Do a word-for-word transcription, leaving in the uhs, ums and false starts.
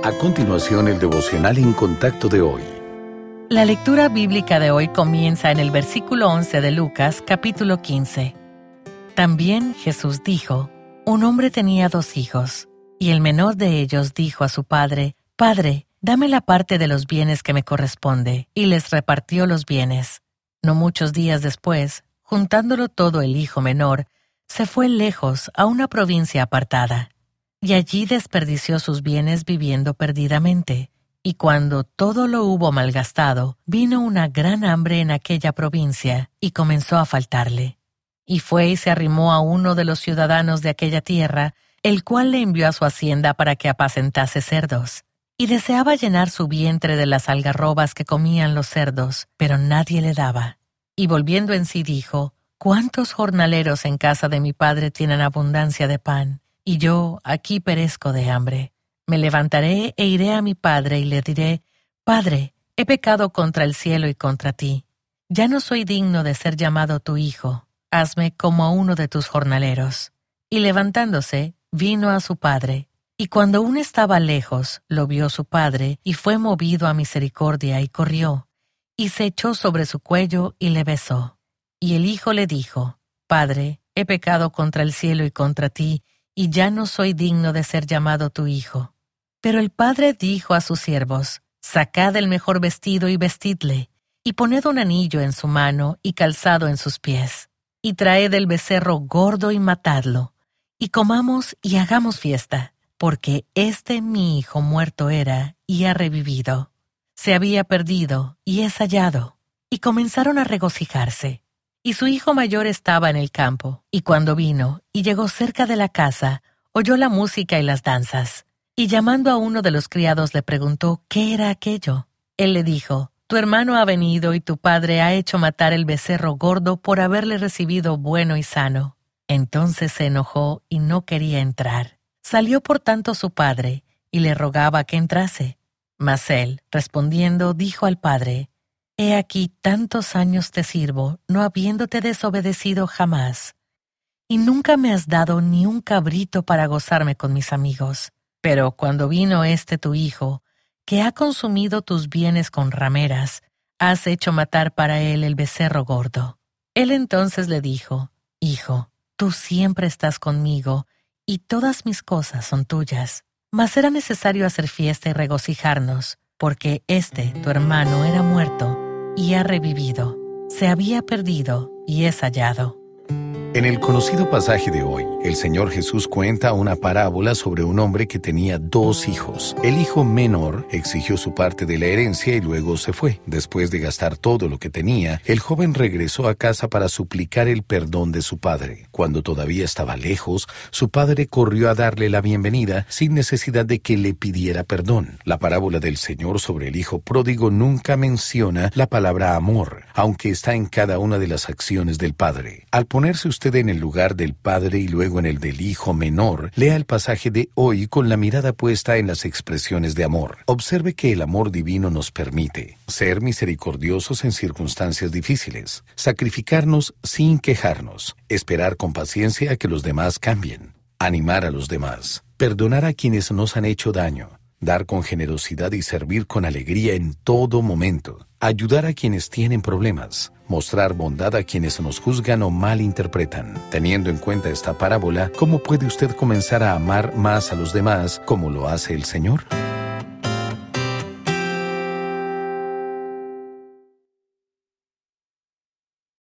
A continuación, el devocional en contacto de hoy. La lectura bíblica de hoy comienza en el versículo once de Lucas, capítulo quince. También Jesús dijo: Un hombre tenía dos hijos, y el menor de ellos dijo a su padre: Padre, dame la parte de los bienes que me corresponde, y les repartió los bienes. No muchos días después, juntándolo todo el hijo menor, se fue lejos a una provincia apartada, y allí desperdició sus bienes viviendo perdidamente. Y cuando todo lo hubo malgastado, vino una gran hambre en aquella provincia, y comenzó a faltarle. Y fue y se arrimó a uno de los ciudadanos de aquella tierra, el cual le envió a su hacienda para que apacentase cerdos. Y deseaba llenar su vientre de las algarrobas que comían los cerdos, pero nadie le daba. Y volviendo en sí dijo: ¿Cuántos jornaleros en casa de mi padre tienen abundancia de pan? Y yo aquí perezco de hambre. Me levantaré e iré a mi padre y le diré: Padre, he pecado contra el cielo y contra ti. Ya no soy digno de ser llamado tu hijo. Hazme como a uno de tus jornaleros. Y levantándose, vino a su padre. Y cuando aún estaba lejos, lo vio su padre, y fue movido a misericordia, y corrió, y se echó sobre su cuello, y le besó. Y el hijo le dijo: Padre, he pecado contra el cielo y contra ti, y ya no soy digno de ser llamado tu hijo. Pero el padre dijo a sus siervos: Sacad el mejor vestido y vestidle, y poned un anillo en su mano y calzado en sus pies, y traed el becerro gordo y matadlo, y comamos y hagamos fiesta, porque este mi hijo muerto era y ha revivido. Se había perdido y es hallado. Y comenzaron a regocijarse. Y su hijo mayor estaba en el campo, y cuando vino y llegó cerca de la casa, oyó la música y las danzas. Y llamando a uno de los criados le preguntó qué era aquello. Él le dijo: Tu hermano ha venido y tu padre ha hecho matar el becerro gordo por haberle recibido bueno y sano. Entonces se enojó y no quería entrar. Salió por tanto su padre y le rogaba que entrase. Mas él, respondiendo, dijo al padre: He aquí tantos años te sirvo, no habiéndote desobedecido jamás. Y nunca me has dado ni un cabrito para gozarme con mis amigos. Pero cuando vino este tu hijo, que ha consumido tus bienes con rameras, has hecho matar para él el becerro gordo. Él entonces le dijo: Hijo, tú siempre estás conmigo, y todas mis cosas son tuyas. Mas era necesario hacer fiesta y regocijarnos, porque este tu hermano era muerto y ha revivido. Se había perdido y es hallado. En el conocido pasaje de hoy, el Señor Jesús cuenta una parábola sobre un hombre que tenía dos hijos. El hijo menor exigió su parte de la herencia y luego se fue. Después de gastar todo lo que tenía, el joven regresó a casa para suplicar el perdón de su padre. Cuando todavía estaba lejos, su padre corrió a darle la bienvenida sin necesidad de que le pidiera perdón. La parábola del Señor sobre el hijo pródigo nunca menciona la palabra amor, aunque está en cada una de las acciones del padre. Al ponerse usted en el lugar del padre y luego en el del hijo menor, lea el pasaje de hoy con la mirada puesta en las expresiones de amor. Observe que el amor divino nos permite ser misericordiosos en circunstancias difíciles, sacrificarnos sin quejarnos, esperar con paciencia a que los demás cambien, animar a los demás, perdonar a quienes nos han hecho daño, dar con generosidad y servir con alegría en todo momento, ayudar a quienes tienen problemas, mostrar bondad a quienes nos juzgan o malinterpretan. Teniendo en cuenta esta parábola, ¿cómo puede usted comenzar a amar más a los demás como lo hace el Señor?